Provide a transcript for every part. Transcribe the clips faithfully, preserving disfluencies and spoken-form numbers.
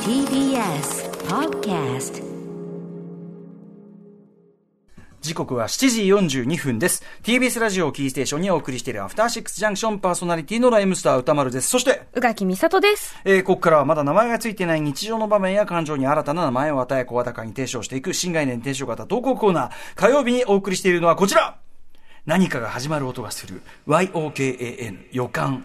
ティービーエス Podcast。 時刻はしちじよんじゅうにふんです。 ティービーエス ラジオをキーステーションにお送りしているアフターシックスジャンクション、パーソナリティのライムスター歌丸です。そして宇垣美里です。 えー、ここからはまだ名前がついていない日常の場面や感情に新たな名前を与え、声高に提唱していく新概念提唱型投稿コーナー。火曜日にお送りしているのはこちら、何かが始まる音がする ワイオーケーエーエヌ 予感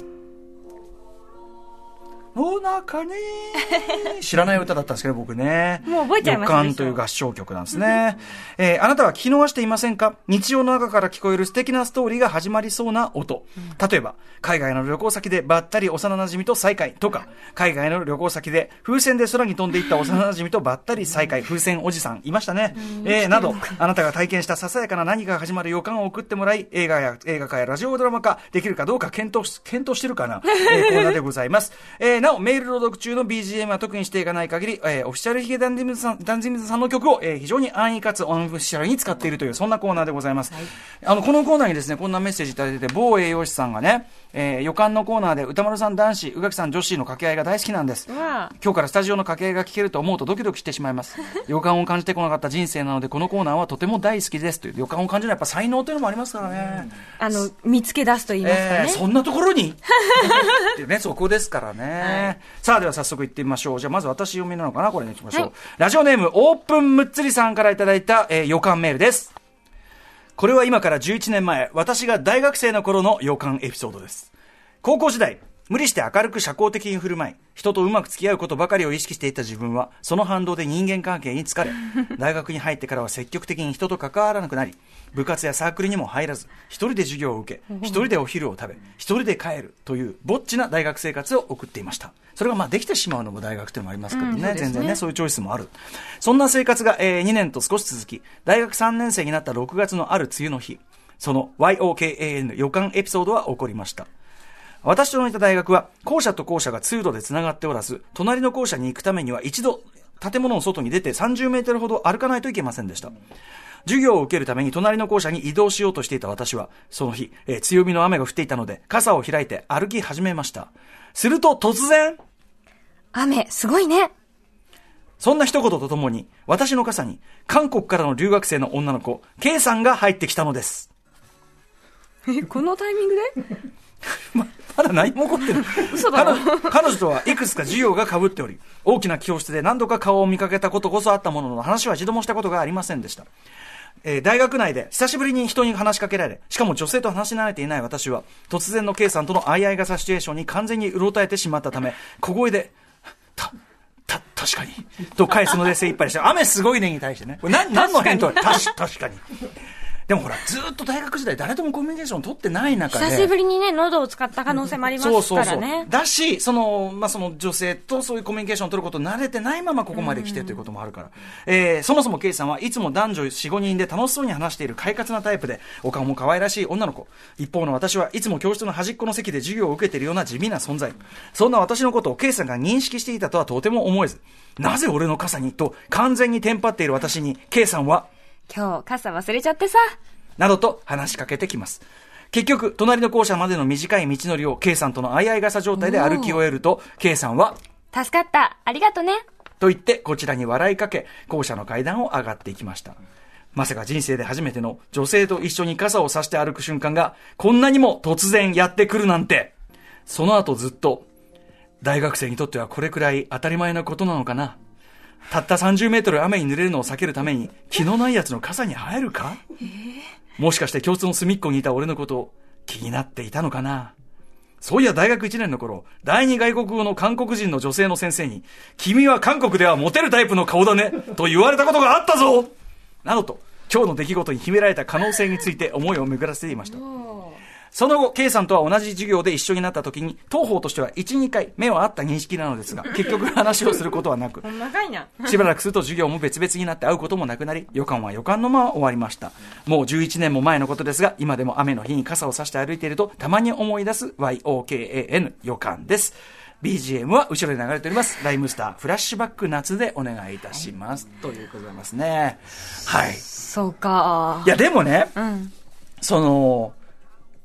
の中に知らない歌だったんですけど僕ね、 もう覚えちゃいました。 予感という合唱曲なんですね、えー、あなたは聞き逃していませんか？日常の中から聞こえる素敵なストーリーが始まりそうな音、うん、例えば海外の旅行先でばったり幼馴染と再会とか、海外の旅行先で風船で空に飛んでいった幼馴染とばったり再会、風船おじさんいましたね、うんえー、などあなたが体験したささやかな何かが始まる予感を送ってもらい、映画や映画化やラジオドラマ化できるかどうか検討し検討してるかな、えー、コーナーでございます、えー、なおメール朗読中の ビージーエム は特に指定がない限り、えー、オフィシャルヒゲダンディムズさん、ダンディムズさんの曲を、えー、非常に安易かつオンフィシャルに使っているというそんなコーナーでございます、はい、あのこのコーナーにですねこんなメッセージいただいてて、某栄養士さんがね、えー、予感のコーナーで歌丸さん男子、宇垣さん女子の掛け合いが大好きなんです。今日からスタジオの掛け合いが聞けると思うとドキドキしてしまいます予感を感じてこなかった人生なのでこのコーナーはとても大好きですという。予感を感じるのはやっぱ才能というのもありますからね、 うん、あの見つけ出すと言いますかね、 えー、そんなところにっていうね、そこですからね、はい、さあでは早速行ってみましょう。じゃあまず私読みなのかな、これにしましょう、はい、ラジオネームオープンむっつりさんからいただいた、えー、予感メールです。これは今からじゅういちねんまえ、私が大学生の頃の予感エピソードです。高校時代、無理して明るく社交的に振る舞い、人とうまく付き合うことばかりを意識していた自分は、その反動で人間関係に疲れ、大学に入ってからは積極的に人と関わらなくなり、部活やサークルにも入らず、一人で授業を受け、一人でお昼を食べ、一人で帰るというぼっちな大学生活を送っていました。それがまあできてしまうのも大学というのもありますからね、うん、ね全然ねそういうチョイスもある。そんな生活が、えー、にねんと少し続き、大学さんねん生になったろくがつのある梅雨の日、その ワイオーケーエーエヌ 予感エピソードは起こりました。私とのいた大学は校舎と校舎が通路でつながっておらず、隣の校舎に行くためには一度建物の外に出てさんじゅうメートルほど歩かないといけませんでした。授業を受けるために隣の校舎に移動しようとしていた私は、その日、えー、強火の雨が降っていたので傘を開いて歩き始めました。すると突然、 雨すごいね。 そんな一言とともに私の傘に韓国からの留学生の女の子 K さんが入ってきたのです。 えこのタイミングでま, まだ何も起こってる嘘だろ。 彼, 彼女とはいくつか授業が被っており、大きな教室で何度か顔を見かけたことこそあったものの、話は一度もしたことがありませんでした。えー、大学内で久しぶりに人に話しかけられ、しかも女性と話し慣れていない私は、突然の K さんとの相合い傘シチュエーションに完全にうろたえてしまったため、小声でたた確かにと返すので精一杯でした。雨すごいねに対してね、これ何何の返答？たし確かに。でもほらずっと大学時代誰ともコミュニケーション取ってない中で、 久しぶりにね喉を使った可能性もありますからね。そうそうそうだし、その、まあ、その女性とそういうコミュニケーションを取ることに慣れてないままここまで来てということもあるから、えー、そもそも K さんはいつも男女 よん,ご 人で楽しそうに話している快活なタイプで、お顔も可愛らしい女の子。一方の私はいつも教室の端っこの席で授業を受けているような地味な存在。そんな私のことを K さんが認識していたとはとても思えず、なぜ俺の傘にと完全にテンパっている私に K さんは、 今日傘忘れちゃってさなどと話しかけてきます。結局隣の校舎までの短い道のりを K さんとの相合い傘状態で歩き終えると、 K さんは助かったありがとねと言ってこちらに笑いかけ、校舎の階段を上がっていきました。まさか人生で初めての女性と一緒に傘を差して歩く瞬間がこんなにも突然やってくるなんて。その後ずっと、大学生にとってはこれくらい当たり前なことなのかな、たったさんじゅうメートル雨に濡れるのを避けるために気のないやつの傘に入るか、えー、もしかして教室の隅っこにいた俺のことを気になっていたのかな。そういや大学いちねんの頃、第二外国語の韓国人の女性の先生に、君は韓国ではモテるタイプの顔だねと言われたことがあったぞなどと、今日の出来事に秘められた可能性について思いを巡らせていました。その後 K さんとは同じ授業で一緒になった時に、当方としては いち,に 回目はあった認識なのですが、結局話をすることはなく長いなしばらくすると授業も別々になって会うこともなくなり、予感は予感のまま終わりました。もうじゅういちねんも前のことですが、今でも雨の日に傘を差して歩いているとたまに思い出す ワイオーケーエーエヌ 予感です。 ビージーエム は後ろで流れております。ライムスターフラッシュバック夏でお願いいたします、はい、ということでございますね。はい、 そうか。 いやでもね、 うん、 その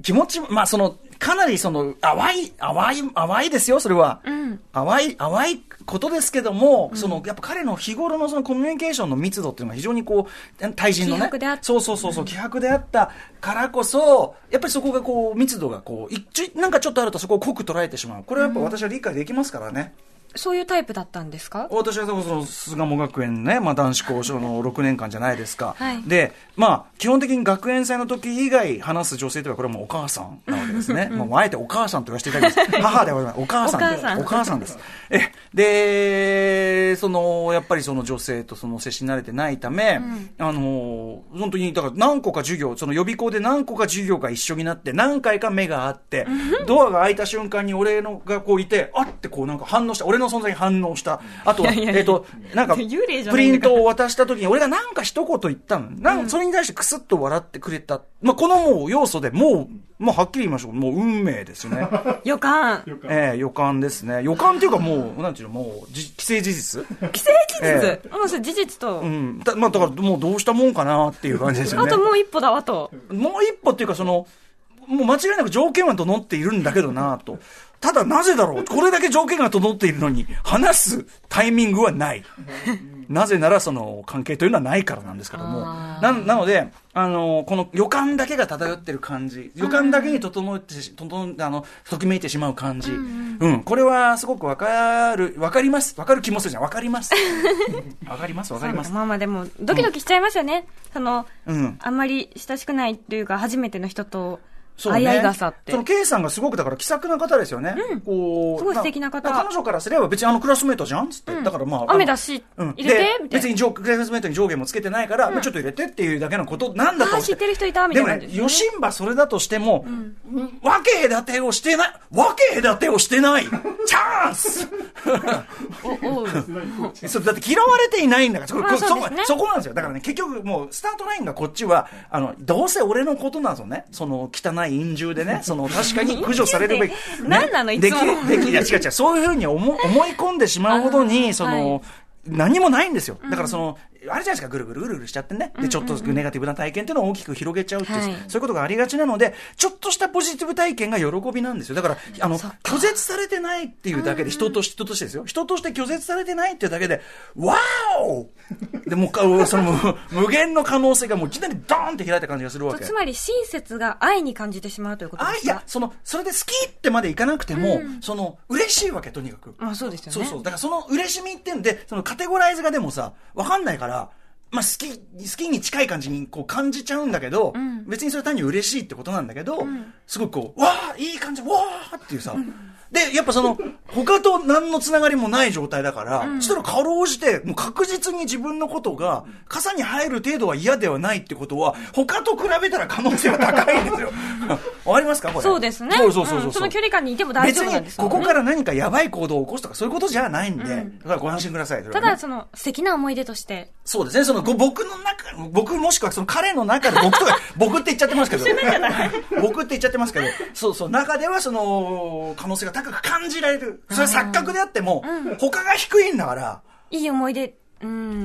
気持ち、まあその、かなりその、淡い、淡い、淡いですよ、それは。うん、淡い、淡いことですけども、うん、その、やっぱ彼の日頃のそのコミュニケーションの密度っていうのが非常にこう、対人のね。そうそうそうそう、希薄であったからこそ、やっぱりそこがこう、密度がこう、一なんかちょっとあるとそこを濃く捉えてしまう。これはやっぱ私は理解できますからね。うんそういうタイプだったんですか？ 私はその巣鴨学園ね、まあ、男子校舎のろくねんかんじゃないですか、はい、で、まあ、基本的に学園祭の時以外話す女性というのはこれはもうお母さんなわけですね、うん、もうあえてお母さんと言わせていただきます母ではないお母さんでお母さん、お母さんですえでそのやっぱりその女性とその接し慣れてないため、うん、あの本当にだから何個か授業その予備校で何個か授業が一緒になって何回か目があってドアが開いた瞬間に俺のがこういてあってこうなんか反応した俺の存在に反応した。あとは、えっと、なんか、プリントを渡した時に、俺がなんか一言言ったの。なんか、それに対してクスッと笑ってくれた。まあ、このもう要素でもう、もうはっきり言いましょう。もう運命ですよね。 予感。 ええ、予感ですね。予感っていうかもう、なんていうの、もう、既成事実既成事実、ええ、もうそれ事実と。 うん。だ、まあ、だからもうどうしたもんかなっていう感じですよね。 あともう一歩だわと。 もう一歩っていうか、その、もう間違いなく条件は整っているんだけどなと。ただなぜだろうこれだけ条件が整っているのに話すタイミングはない。なぜならその関係というのはないからなんですけども。な, なので、あの、この予感だけが漂ってる感じ。予感だけに整って、整あの、ときめいてしまう感じ。うん、うん。これはすごくわかる、わかります。わかる気もするじゃん。わかります。わかります、わかります。 まあまあでも、ドキドキしちゃいますよね。うん、その、うん、あんまり親しくないっていうか、初めての人と、そうね、相合い傘って。 その K さんがすごくだから気さくな方ですよね。 うん、こうすごい素敵な方。 彼女からすれば別にあのクラスメートじゃんつって、うん、だからまあ雨だし、うん、入れてみたいな。 別に上クラスメートに上下もつけてないから、うん、まあ、ちょっと入れてっていうだけのことなんだと。 あ知ってる人いたみたいな、 ね。でもね、よしんばそれだとしても、うん、分け隔てをしてない、分け隔てをしてない、チャンス。おおそうだって嫌われていないんだから、まあ そ, そ, ね、そこなんですよ。だからね結局もうスタートラインがこっちはあのどうせ俺のことなんですよね。その汚い陰獣でね。その確かに駆除されるべき、ね、 何なのいつもできできいや違う違うそういうふうに思思い込んでしまうほどにその、はい、何もないんですよ。だからその、うん、あれじゃないですかぐるぐるぐるぐるしちゃってねでちょっとネガティブな体験っていうのを大きく広げちゃうっていう、はい、そういうことがありがちなのでちょっとしたポジティブ体験が喜びなんですよ。だからあの拒絶されてないっていうだけで人と人としてですよ人として拒絶されてないっていうだけでワーオでもうその無限の可能性がもういきなりドーンって開いた感じがするわけ。 つまり親切が愛に感じてしまうということですか。 あいやそのそれで好きってまでいかなくても、うん、その嬉しいわけとにかく。 あそうですよね。 そうそうだからその嬉しみってんでそのカテゴライズがでもさわかんないから。まあ、好き、好きに近い感じにこう感じちゃうんだけど、うん、別にそれ単に嬉しいってことなんだけど、うん、すごくこう、わーいい感じ、わーっていうさ、うん、で、やっぱその、他と何のつながりもない状態だから、うん、そしたらかろうじて、もう確実に自分のことが、傘に入る程度は嫌ではないってことは、他と比べたら可能性は高いんですよ。わかりますかこれ。 そうですね。 そうそうそうそう、うん。 その距離感にいても大丈夫なんですよね。 別に、ここから何かやばい行動を起こすとかそういうことじゃないんで、うん、だからご安心ください。 ね、ただ、その、素敵な思い出として。 そうですね。その、僕の中、僕もしくはその彼の中で僕とか、僕って言っちゃってますけど、僕って言っちゃってますけど、そうそう、中ではその、可能性が高く感じられる。それは錯覚であっても、うん、他が低いんだから。 いい思い出。うん、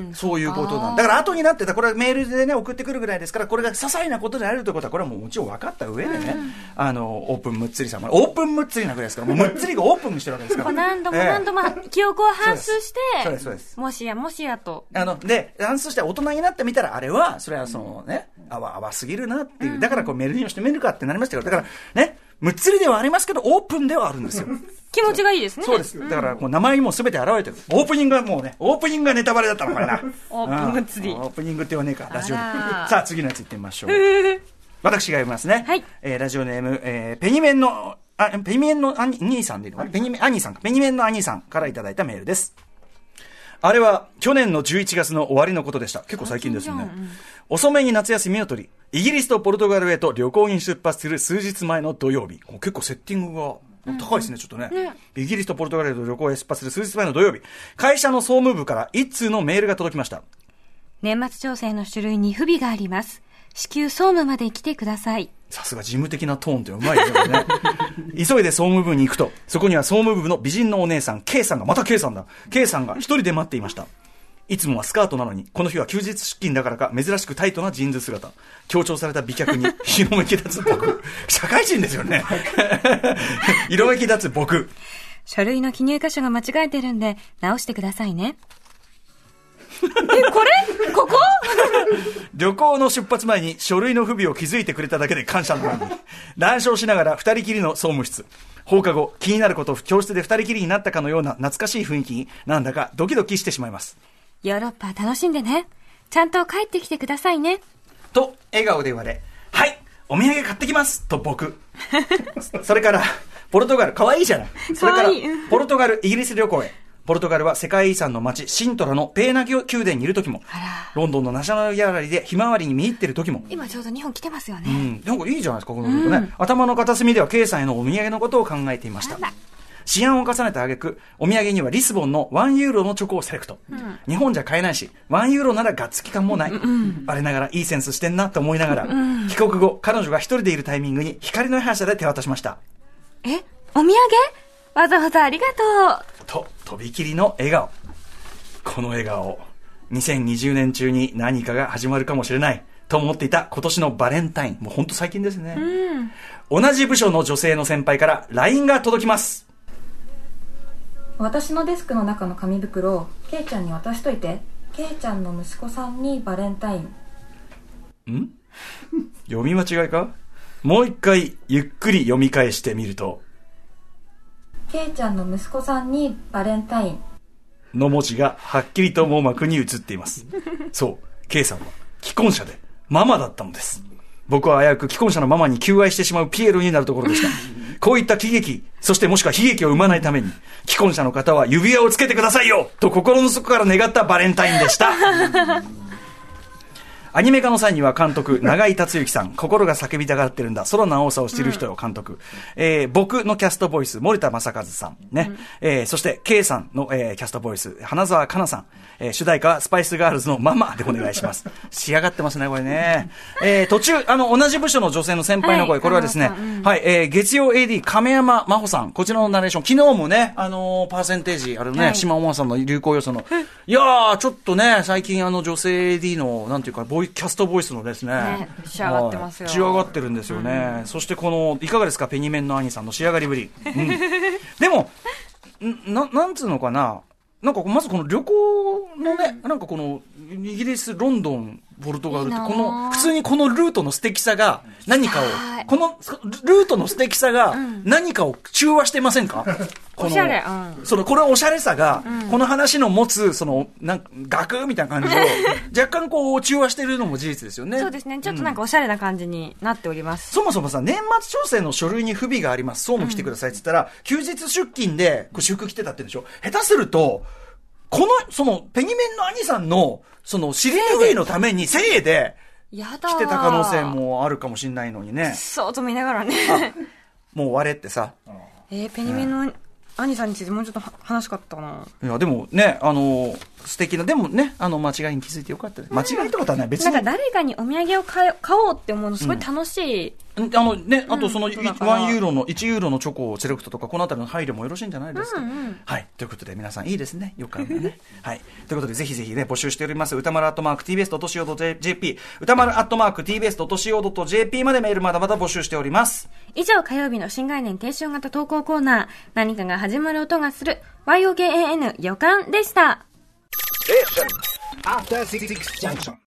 そういうことなんだ。だから後になってた、これはメールでね、送ってくるぐらいですから、これが些細なことであるということは、これはもうもちろん分かった上でね、うん、あの、オープンむっつりさんも、オープンむっつりなぐらいですから、もうむっつりがオープンにしてるわけですから。 何度も何度も記憶を反芻して、 そうです、そうです。 もしやもしやと。 あの、で、反芻して大人になってみたら、あれは、それはそのね、あわあわすぎるなっていう、だからこうメールにしてみるかってなりましたけど、だからね、むっつりではありますけど、オープンではあるんですよ。 気持ちがいいですね。 そうです。だから、もう名前にも全て現れてる。オープニングはもうね、オープニングがネタバレだったのかな。 オープンむっつり。 オープニングって言わねえか、ラジオで。さあ、次のやつ行ってみましょう。私が読みますね。 はい。 えー、ラジオネーム、えー、ペニメンの、あ、ペニメンの兄、兄さんでいいのかなペニメン、兄さんか。ペニメンの兄さんからいただいたメールです。あれは去年のじゅういちがつの終わりのことでした。結構最近ですよね。うん、遅めに夏休みを取り、イギリスとポルトガルへと旅行に出発する数日前の土曜日。結構セッティングが高いですね、ちょっとね、ね。イギリスとポルトガルへと旅行へ出発する数日前の土曜日。会社の総務部から一通のメールが届きました。 年末調整の種類に不備があります。至急総務まで来てください。 さすが事務的なトーンってうまいですよね。急いで総務部に行くと、そこには総務部の美人のお姉さん K さんが、また K さんだ K さんが一人で待っていました。 いつもはスカートなのに、この日は休日出勤だからか、珍しくタイトなジーンズ姿。強調された美脚に、色めき立つ僕。社会人ですよね。色めき立つ僕。 書類の記入箇所が間違えてるんで、直してくださいね。え、これここ旅行の出発前に書類の不備を気づいてくれただけで感謝なのに。談笑しながら二人きりの総務室。放課後、気になることを教室で二人きりになったかのような懐かしい雰囲気に、なんだかドキドキしてしまいます。 ヨーロッパ楽しんでね。ちゃんと帰ってきてくださいね。 と、笑顔で言われ、はい、お土産買ってきますと僕。それから、ポルトガル、かわいいじゃない。それから、ポルトガル、イギリス旅行へ。ポルトガルは世界遺産の街、シントラのペーナ宮殿にいる時も、ロンドンのナショナルギャラリーでひまわりに見入ってる時も。 今ちょうど日本来てますよね。 うん。なんかいいじゃないですか、このことね、うん。頭の片隅では K さんへのお土産のことを考えていました。思案を重ねた挙句、お土産にはリスボンのワンユーロのチョコをセレクト。うん、日本じゃ買えないし、ワンユーロならがっつき感もない。うん、我ながらいいセンスしてんなと思いながら、うん、帰国後、彼女が一人でいるタイミングに光の反射で手渡しました。 え、お土産？わざわざありがとう。 と、とびきりの笑顔。この笑顔、にせんにじゅうねん中に何かが始まるかもしれないと思っていた今年のバレンタイン。もうほんと最近ですね、うん。同じ部署の女性の先輩から ライン が届きます。 私のデスクの中の紙袋をケイちゃんに渡しといて。ケイちゃんの息子さんにバレンタイン。 ん読み間違いか。もう一回ゆっくり読み返してみると、 ケイちゃんの息子さんにバレンタインの文字がはっきりと網膜に映っています。そう、K さんは既婚者でママだったのです。僕は危うく既婚者のママに求愛してしまうピエロになるところでした。こういった喜劇、そしてもしくは悲劇を生まないために、既婚者の方は指輪をつけてくださいよと心の底から願ったバレンタインでした。アニメ化の際には監督、長井達之さん、心が叫びたがってるんだ、空の青さを知る人よ監督、うん、えー、僕のキャストボイス、森田正和さん、ね、うん、えー、そして K さんの、えー、キャストボイス、花澤香菜さん、えー、主題歌はスパイスガールズのママでお願いします。仕上がってますね、これね。えー、途中、あの、同じ部署の女性の先輩の声、はい、これはですね、うん、はい、えー、月曜 エーディー 亀山真帆さん、こちらのナレーション、昨日もね、あのー、パーセンテージ、あれね、はい、島尾真帆さんの流行予想の、いやー、ちょっとね、最近あの女性 エーディー の、なんていうか、ボイ、キャストボイスのですね、 ね、仕上がってますよ。 仕上がってるんですよね、うん、そしてこのいかがですか、ペニメンの兄さんの仕上がりぶり、うん、でもな、なんつうのかな、なんかまずこの旅行のね、うん、なんかこのイギリス、ロンドン、ポルトガルって、この普通にこのルートの素敵さが何かを、このルートの素敵さが何かを中和してませんか、うん、このおしゃれ、うん、 そのこれおしゃれさが、うん、この話の持つそのなんか額みたいな感じを若干こう中和してるのも事実ですよね。 そうですね、ちょっとなんかおしゃれな感じになっております、 うん、そもそもさ、年末調整の書類に不備があります、総務来てくださいって言ったら、うん、休日出勤でこう私服来てたって言うんでしょ。下手するとこのそのペニメンの兄さんのその尻拭いのためにせいで来てた可能性もあるかもしれないのにね。 そうと見ながらね。 もう我ってさ。 えー、ペニメンの兄さんについてもうちょっと話しかったな。 いやでもね、あの素敵な、でもね、あの間違いに気づいてよかったです。間違いってことはない、別に。 なんか誰かにお土産を買おうって思うのすごい楽しい。 うん、あのね、あとそのいちユーロのいちユーロのチョコをセレクトとか、このあたりの配慮もよろしいんじゃないですか。うんうん、はい、ということで皆さんいいですね、よくあるね。はい、ということでぜひぜひね募集しております。歌丸アットマーク ティービーエスドットシーオードットジェーピー、 歌丸アットマーク ティービーエスドットシーオードットジェーピー までメールまだまだ募集しております。 以上、火曜日の新概念提唱型投稿コーナー、何かが始まる音がする ワイオーケーエーエヌ 予感でした。